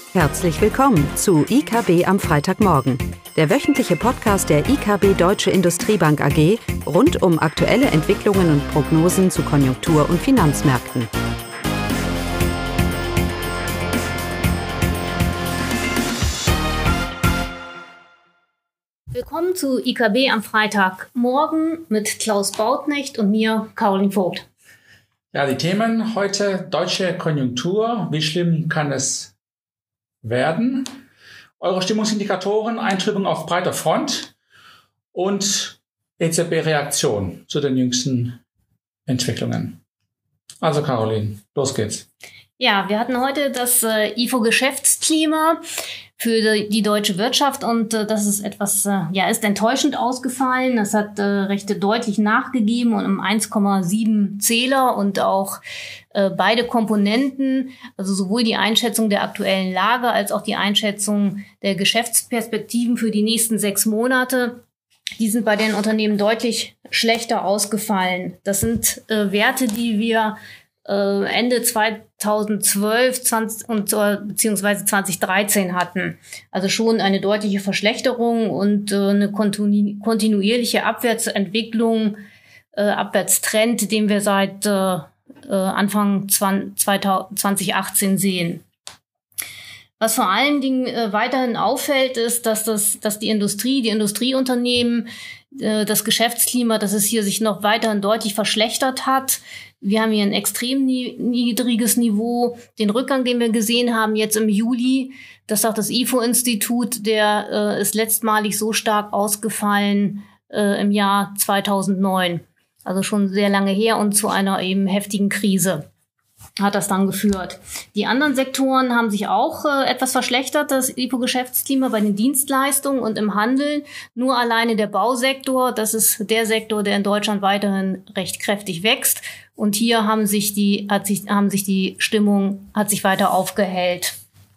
Herzlich willkommen zu IKB am Freitagmorgen, der wöchentliche Podcast der IKB Deutsche Industriebank AG rund um aktuelle Entwicklungen und Prognosen zu Konjunktur- und Finanzmärkten. Willkommen zu IKB am Freitagmorgen mit Klaus Bautnecht und mir, Caroline Vogt. Ja, die Themen heute: deutsche Konjunktur. Wie schlimm kann es werden? Eure Stimmungsindikatoren, Eintrübung auf breiter Front und EZB-Reaktion zu den jüngsten Entwicklungen. Also Caroline, los geht's. Ja, wir hatten heute das IFO-Geschäftsklima für die deutsche Wirtschaft und das ist etwas, ist enttäuschend ausgefallen. Das hat recht deutlich nachgegeben und um 1,7 Zähler und auch beide Komponenten, also sowohl die Einschätzung der aktuellen Lage als auch die Einschätzung der Geschäftsperspektiven für die nächsten 6 Monate, die sind bei den Unternehmen deutlich schlechter ausgefallen. Das sind Werte, die wir Ende 2012 beziehungsweise 2013 hatten. Also schon eine deutliche Verschlechterung und eine kontinuierliche Abwärtsentwicklung, Abwärtstrend, den wir seit Anfang 2018 sehen. Was vor allen Dingen weiterhin auffällt, ist, dass die Industrieunternehmen, das Geschäftsklima, dass es hier sich noch weiterhin deutlich verschlechtert hat. Wir haben hier ein extrem niedriges Niveau. Den Rückgang, den wir gesehen haben jetzt im Juli, das sagt das IFO-Institut, der ist letztmalig so stark ausgefallen im Jahr 2009. Also schon sehr lange her und zu einer eben heftigen Krise hat das dann geführt. Die anderen Sektoren haben sich auch etwas verschlechtert, das IFO-Geschäftsklima bei den Dienstleistungen und im Handel. Nur alleine der Bausektor, das ist der Sektor, der in Deutschland weiterhin recht kräftig wächst. Und hier hat sich die Stimmung weiter aufgehellt.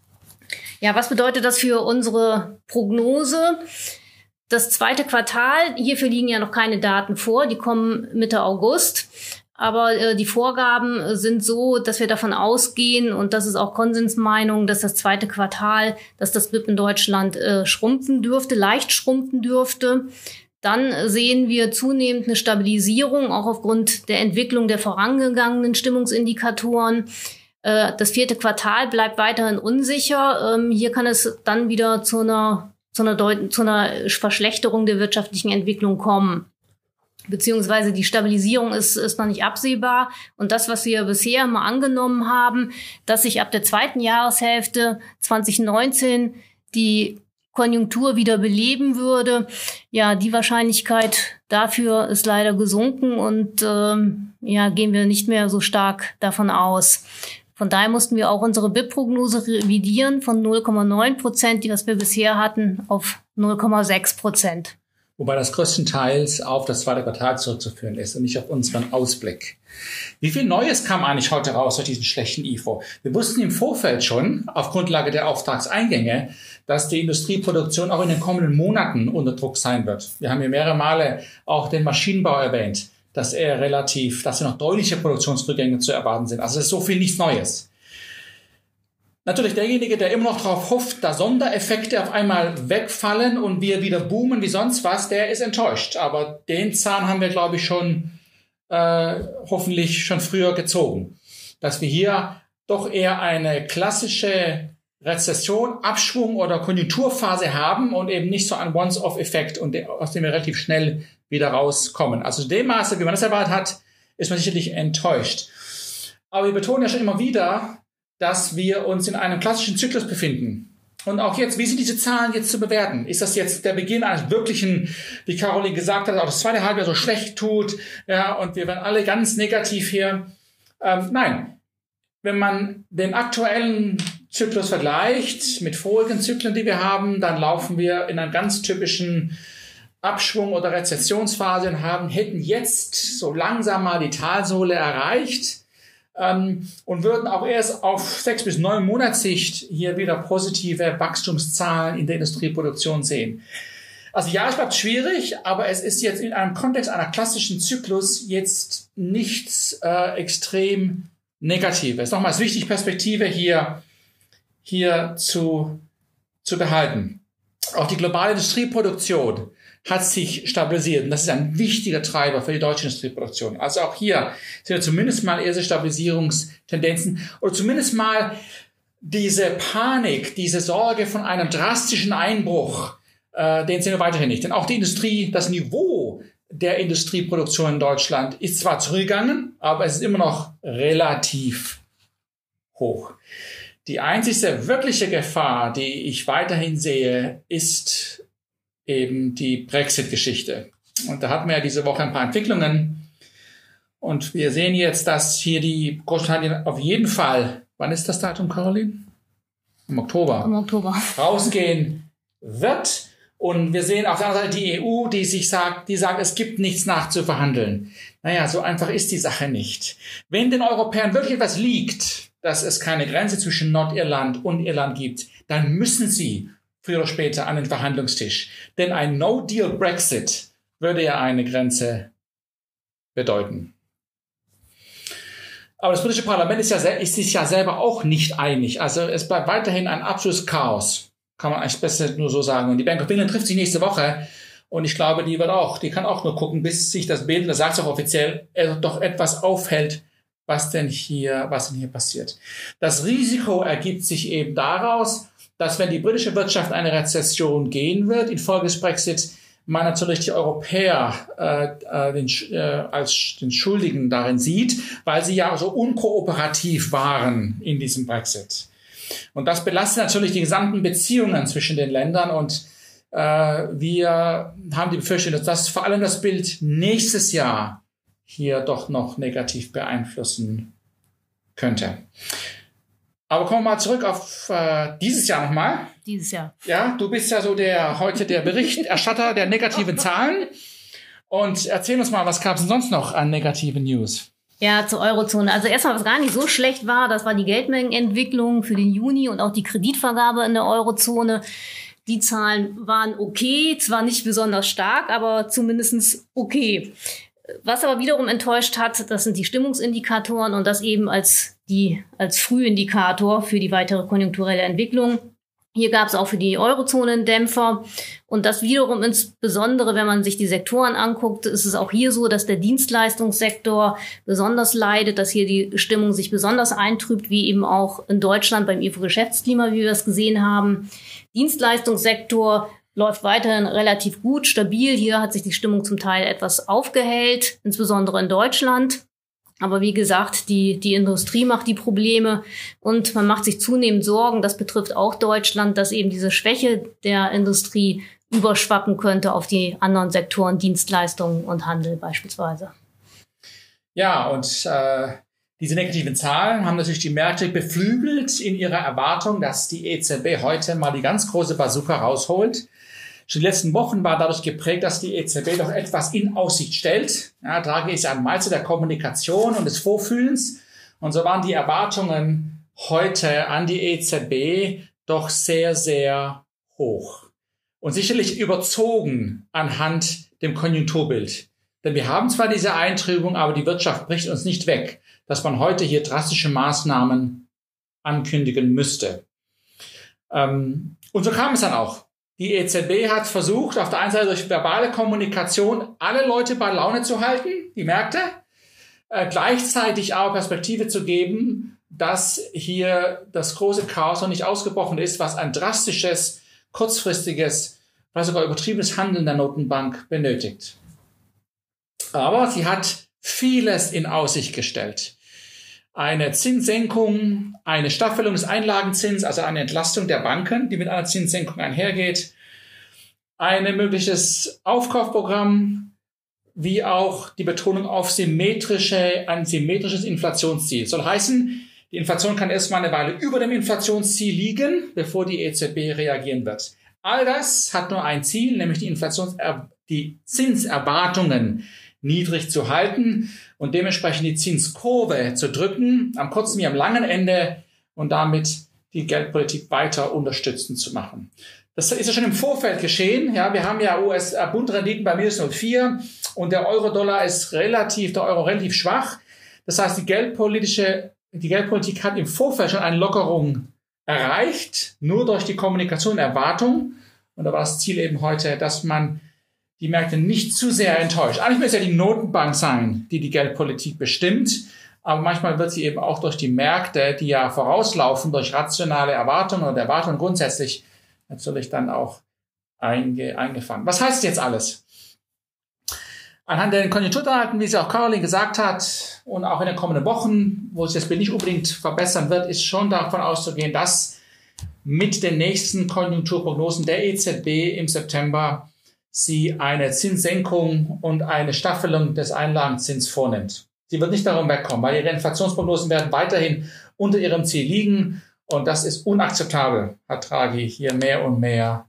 Ja, was bedeutet das für unsere Prognose? Das zweite Quartal, hierfür liegen ja noch keine Daten vor, die kommen Mitte August. Aber die Vorgaben sind so, dass wir davon ausgehen, und das ist auch Konsensmeinung, dass das zweite Quartal, dass das BIP in Deutschland schrumpfen dürfte, leicht schrumpfen dürfte. Dann sehen wir zunehmend eine Stabilisierung, auch aufgrund der Entwicklung der vorangegangenen Stimmungsindikatoren. Das vierte Quartal bleibt weiterhin unsicher. Hier kann es dann wieder zu einer Verschlechterung der wirtschaftlichen Entwicklung kommen. Beziehungsweise die Stabilisierung ist noch nicht absehbar. Und das, was wir bisher mal angenommen haben, dass sich ab der zweiten Jahreshälfte 2019 die Konjunktur wieder beleben würde, ja, die Wahrscheinlichkeit dafür ist leider gesunken und gehen wir nicht mehr so stark davon aus. Von daher mussten wir auch unsere BIP-Prognose revidieren von 0,9%, die was wir bisher hatten, auf 0,6%. Wobei das größtenteils auf das zweite Quartal zurückzuführen ist und nicht auf unseren Ausblick. Wie viel Neues kam eigentlich heute raus durch diesen schlechten IFO? Wir wussten im Vorfeld schon, auf Grundlage der Auftragseingänge, dass die Industrieproduktion auch in den kommenden Monaten unter Druck sein wird. Wir haben hier mehrere Male auch den Maschinenbau erwähnt, dass noch deutliche Produktionsrückgänge zu erwarten sind. Also es ist so viel nichts Neues. Natürlich derjenige, der immer noch darauf hofft, dass Sondereffekte auf einmal wegfallen und wir wieder boomen wie sonst was, der ist enttäuscht. Aber den Zahn haben wir, glaube ich, schon hoffentlich schon früher gezogen. Dass wir hier doch eher eine klassische Rezession, Abschwung oder Konjunkturphase haben und eben nicht so einen Once-off-Effekt, aus dem wir relativ schnell wieder rauskommen. Also in dem Maße, wie man das erwartet hat, ist man sicherlich enttäuscht. Aber wir betonen ja schon immer wieder, dass wir uns in einem klassischen Zyklus befinden. Und auch jetzt, wie sind diese Zahlen jetzt zu bewerten? Ist das jetzt der Beginn eines wirklichen, wie Caroline gesagt hat, auch das zweite Halbjahr so schlecht tut, ja, und wir werden alle ganz negativ hier? Nein. Wenn man den aktuellen Zyklus vergleicht mit vorigen Zyklen, die wir haben, dann laufen wir in einer ganz typischen Abschwung- oder Rezessionsphase und hätten jetzt so langsam mal die Talsohle erreicht. Und würden auch erst auf 6 bis 9 Monatssicht hier wieder positive Wachstumszahlen in der Industrieproduktion sehen. Also ja, es bleibt schwierig, aber es ist jetzt in einem Kontext einer klassischen Zyklus jetzt nichts extrem Negatives. Nochmals wichtig, Perspektive hier hier zu behalten. Auch die globale Industrieproduktion hat sich stabilisiert. Und das ist ein wichtiger Treiber für die deutsche Industrieproduktion. Also auch hier sind wir zumindest mal erste Stabilisierungstendenzen oder zumindest mal diese Panik, diese Sorge von einem drastischen Einbruch, den sehen wir weiterhin nicht. Denn auch die Industrie, das Niveau der Industrieproduktion in Deutschland ist zwar zurückgegangen, aber es ist immer noch relativ hoch. Die einzige wirkliche Gefahr, die ich weiterhin sehe, ist eben die Brexit-Geschichte. Und da hatten wir ja diese Woche ein paar Entwicklungen. Und wir sehen jetzt, dass hier die Großbritannien auf jeden Fall, wann ist das Datum, Caroline? Im Oktober. Im Oktober. Rausgehen wird. Und wir sehen auf der anderen Seite die EU, die sagt, es gibt nichts nachzuverhandeln. Naja, so einfach ist die Sache nicht. Wenn den Europäern wirklich etwas liegt, dass es keine Grenze zwischen Nordirland und Irland gibt, dann müssen sie früher oder später an den Verhandlungstisch. Denn ein No-Deal-Brexit würde ja eine Grenze bedeuten. Aber das britische Parlament ist sich ja selber auch nicht einig. Also es bleibt weiterhin ein absolutes Chaos. Kann man eigentlich besser nur so sagen. Und die Bank of England trifft sich nächste Woche. Und ich glaube, die kann auch nur gucken, bis sich das Bild, das sagt es auch offiziell, doch etwas aufhält, was denn hier passiert. Das Risiko ergibt sich eben daraus, dass wenn die britische Wirtschaft in eine Rezession gehen wird, infolge des Brexit, man natürlich die Europäer als den Schuldigen darin sieht, weil sie ja so unkooperativ waren in diesem Brexit. Und das belastet natürlich die gesamten Beziehungen zwischen den Ländern und wir haben die Befürchtung, dass das vor allem das Bild nächstes Jahr hier doch noch negativ beeinflussen könnte. Aber kommen wir mal zurück auf dieses Jahr nochmal. Dieses Jahr. Ja, du bist ja so heute der Berichterstatter der negativen Zahlen. Und erzähl uns mal, was gab es denn sonst noch an negativen News? Ja, zur Eurozone. Also erstmal, was gar nicht so schlecht war, das war die Geldmengenentwicklung für den Juni und auch die Kreditvergabe in der Eurozone. Die Zahlen waren okay, zwar nicht besonders stark, aber zumindest okay. Was aber wiederum enttäuscht hat, das sind die Stimmungsindikatoren und das eben als Frühindikator für die weitere konjunkturelle Entwicklung. Hier gab es auch für die Eurozone einen Dämpfer. Und das wiederum insbesondere, wenn man sich die Sektoren anguckt, ist es auch hier so, dass der Dienstleistungssektor besonders leidet, dass hier die Stimmung sich besonders eintrübt, wie eben auch in Deutschland beim IFO-Geschäftsklima, wie wir es gesehen haben. Dienstleistungssektor läuft weiterhin relativ gut, stabil. Hier hat sich die Stimmung zum Teil etwas aufgehellt, insbesondere in Deutschland. Aber wie gesagt, die Industrie macht die Probleme und man macht sich zunehmend Sorgen, das betrifft auch Deutschland, dass eben diese Schwäche der Industrie überschwappen könnte auf die anderen Sektoren, Dienstleistungen und Handel beispielsweise. Ja, und diese negativen Zahlen haben natürlich die Märkte beflügelt in ihrer Erwartung, dass die EZB heute mal die ganz große Bazooka rausholt. Schon die letzten Wochen war dadurch geprägt, dass die EZB doch etwas in Aussicht stellt. Ja, Draghi ist ja ein Meister der Kommunikation und des Vorfühlens. Und so waren die Erwartungen heute an die EZB doch sehr, sehr hoch. Und sicherlich überzogen anhand dem Konjunkturbild. Denn wir haben zwar diese Eintrübung, aber die Wirtschaft bricht uns nicht weg, dass man heute hier drastische Maßnahmen ankündigen müsste. Und so kam es dann auch. Die EZB hat versucht, auf der einen Seite durch verbale Kommunikation alle Leute bei Laune zu halten, die Märkte, gleichzeitig aber Perspektive zu geben, dass hier das große Chaos noch nicht ausgebrochen ist, was ein drastisches, kurzfristiges, vielleicht sogar übertriebenes Handeln der Notenbank benötigt. Aber sie hat vieles in Aussicht gestellt. Eine Zinssenkung, eine Staffelung des Einlagenzins, also eine Entlastung der Banken, die mit einer Zinssenkung einhergeht, ein mögliches Aufkaufprogramm, wie auch die Betonung auf ein symmetrisches Inflationsziel. Soll heißen, die Inflation kann erstmal eine Weile über dem Inflationsziel liegen, bevor die EZB reagieren wird. All das hat nur ein Ziel, nämlich die Zinserwartungen niedrig zu halten und dementsprechend die Zinskurve zu drücken, am kurzen wie am langen Ende und damit die Geldpolitik weiter unterstützend zu machen. Das ist ja schon im Vorfeld geschehen. Ja, wir haben ja US-Bundrenditen bei -0,4 und der Euro-Dollar ist relativ schwach. Das heißt, die Geldpolitik hat im Vorfeld schon eine Lockerung erreicht nur durch die Kommunikation, Erwartung. Und da war das Ziel eben heute, dass man die Märkte nicht zu sehr enttäuscht. Eigentlich müsste ja die Notenbank sein, die Geldpolitik bestimmt. Aber manchmal wird sie eben auch durch die Märkte, die ja vorauslaufen, durch rationale Erwartungen und Erwartungen grundsätzlich natürlich dann auch eingefangen. Was heißt jetzt alles? Anhand der Konjunkturdaten, wie sie auch Caroline gesagt hat, und auch in den kommenden Wochen, wo sich das Bild nicht unbedingt verbessern wird, ist schon davon auszugehen, dass mit den nächsten Konjunkturprognosen der EZB im September sie eine Zinssenkung und eine Staffelung des Einlagenzins vornimmt. Sie wird nicht darum wegkommen, weil ihre Inflationsprognosen werden weiterhin unter ihrem Ziel liegen. Und das ist unakzeptabel, hat Draghi hier mehr und mehr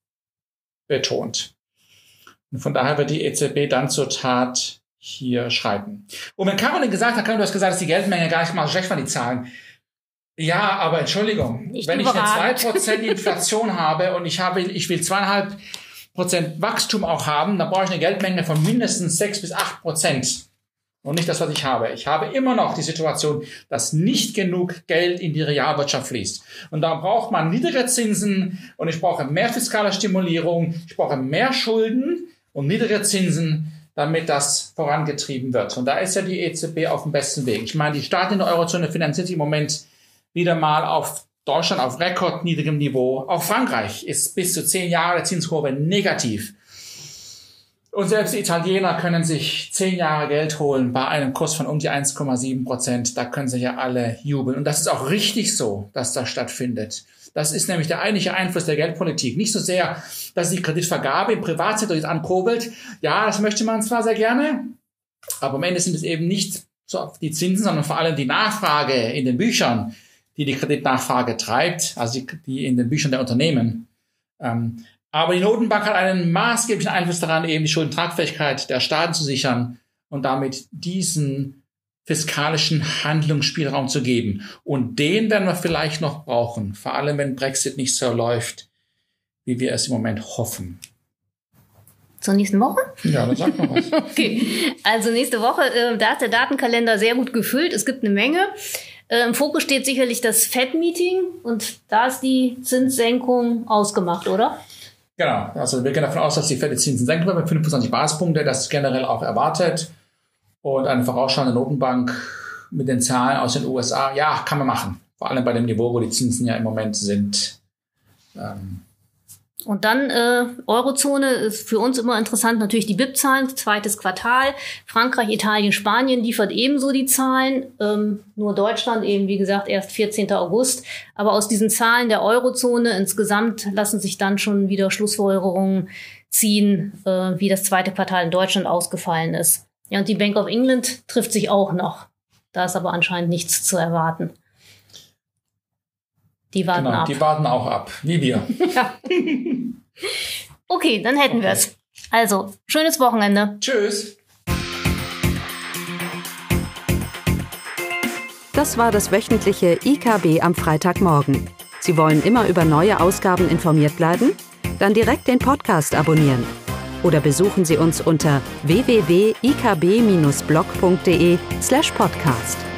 betont. Und von daher wird die EZB dann zur Tat hier schreiten. Und wenn Caroline gesagt hat, du hast gesagt, dass die Geldmenge gar nicht mal so schlecht war, die Zahlen. Ja, aber Entschuldigung, wenn ich eine 2% Inflation habe und ich will 2,5% Wachstum auch haben, dann brauche ich eine Geldmenge von mindestens 6 bis 8%. Und nicht das, was ich habe. Ich habe immer noch die Situation, dass nicht genug Geld in die Realwirtschaft fließt. Und da braucht man niedrigere Zinsen und ich brauche mehr fiskale Stimulierung, ich brauche mehr Schulden und niedrigere Zinsen, damit das vorangetrieben wird. Und da ist ja die EZB auf dem besten Weg. Ich meine, die Staaten in der Eurozone finanzieren sich im Moment wieder mal auf Deutschland auf rekordniedrigem Niveau. Auch Frankreich ist bis zu 10 Jahre der Zinskurve negativ. Und selbst die Italiener können sich 10 Jahre Geld holen bei einem Kurs von um die 1,7%. Da können sie ja alle jubeln. Und das ist auch richtig so, dass das stattfindet. Das ist nämlich der eigentliche Einfluss der Geldpolitik. Nicht so sehr, dass die Kreditvergabe im Privatsektor jetzt ankurbelt. Ja, das möchte man zwar sehr gerne, aber am Ende sind es eben nicht so die Zinsen, sondern vor allem die Nachfrage in den Büchern, die Kreditnachfrage treibt, also die in den Büchern der Unternehmen. Aber die Notenbank hat einen maßgeblichen Einfluss daran, eben die Schuldentragfähigkeit der Staaten zu sichern und damit diesen fiskalischen Handlungsspielraum zu geben. Und den werden wir vielleicht noch brauchen, vor allem wenn Brexit nicht so läuft, wie wir es im Moment hoffen. Zur nächsten Woche? Ja, dann sag mal was. Okay, also nächste Woche, da ist der Datenkalender sehr gut gefüllt. Es gibt eine Menge. Im Fokus steht sicherlich das FED-Meeting und da ist die Zinssenkung ausgemacht, oder? Genau, also wir gehen davon aus, dass die Fed die Zinsen senken wird mit 25 Basispunkte, das ist generell auch erwartet. Und eine vorausschauende Notenbank mit den Zahlen aus den USA, ja, kann man machen. Vor allem bei dem Niveau, wo die Zinsen ja im Moment sind. Und dann Eurozone ist für uns immer interessant, natürlich die BIP-Zahlen, zweites Quartal. Frankreich, Italien, Spanien liefert ebenso die Zahlen. Nur Deutschland eben, wie gesagt, erst 14. August. Aber aus diesen Zahlen der Eurozone insgesamt lassen sich dann schon wieder Schlussfolgerungen ziehen, wie das zweite Quartal in Deutschland ausgefallen ist. Ja, und die Bank of England trifft sich auch noch. Da ist aber anscheinend nichts zu erwarten. Die warten ab. Die warten auch ab, wie wir. Ja. Okay, dann hätten wir es. Also, schönes Wochenende. Tschüss. Das war das wöchentliche IKB am Freitagmorgen. Sie wollen immer über neue Ausgaben informiert bleiben? Dann direkt den Podcast abonnieren. Oder besuchen Sie uns unter www.ikb-blog.de/podcast.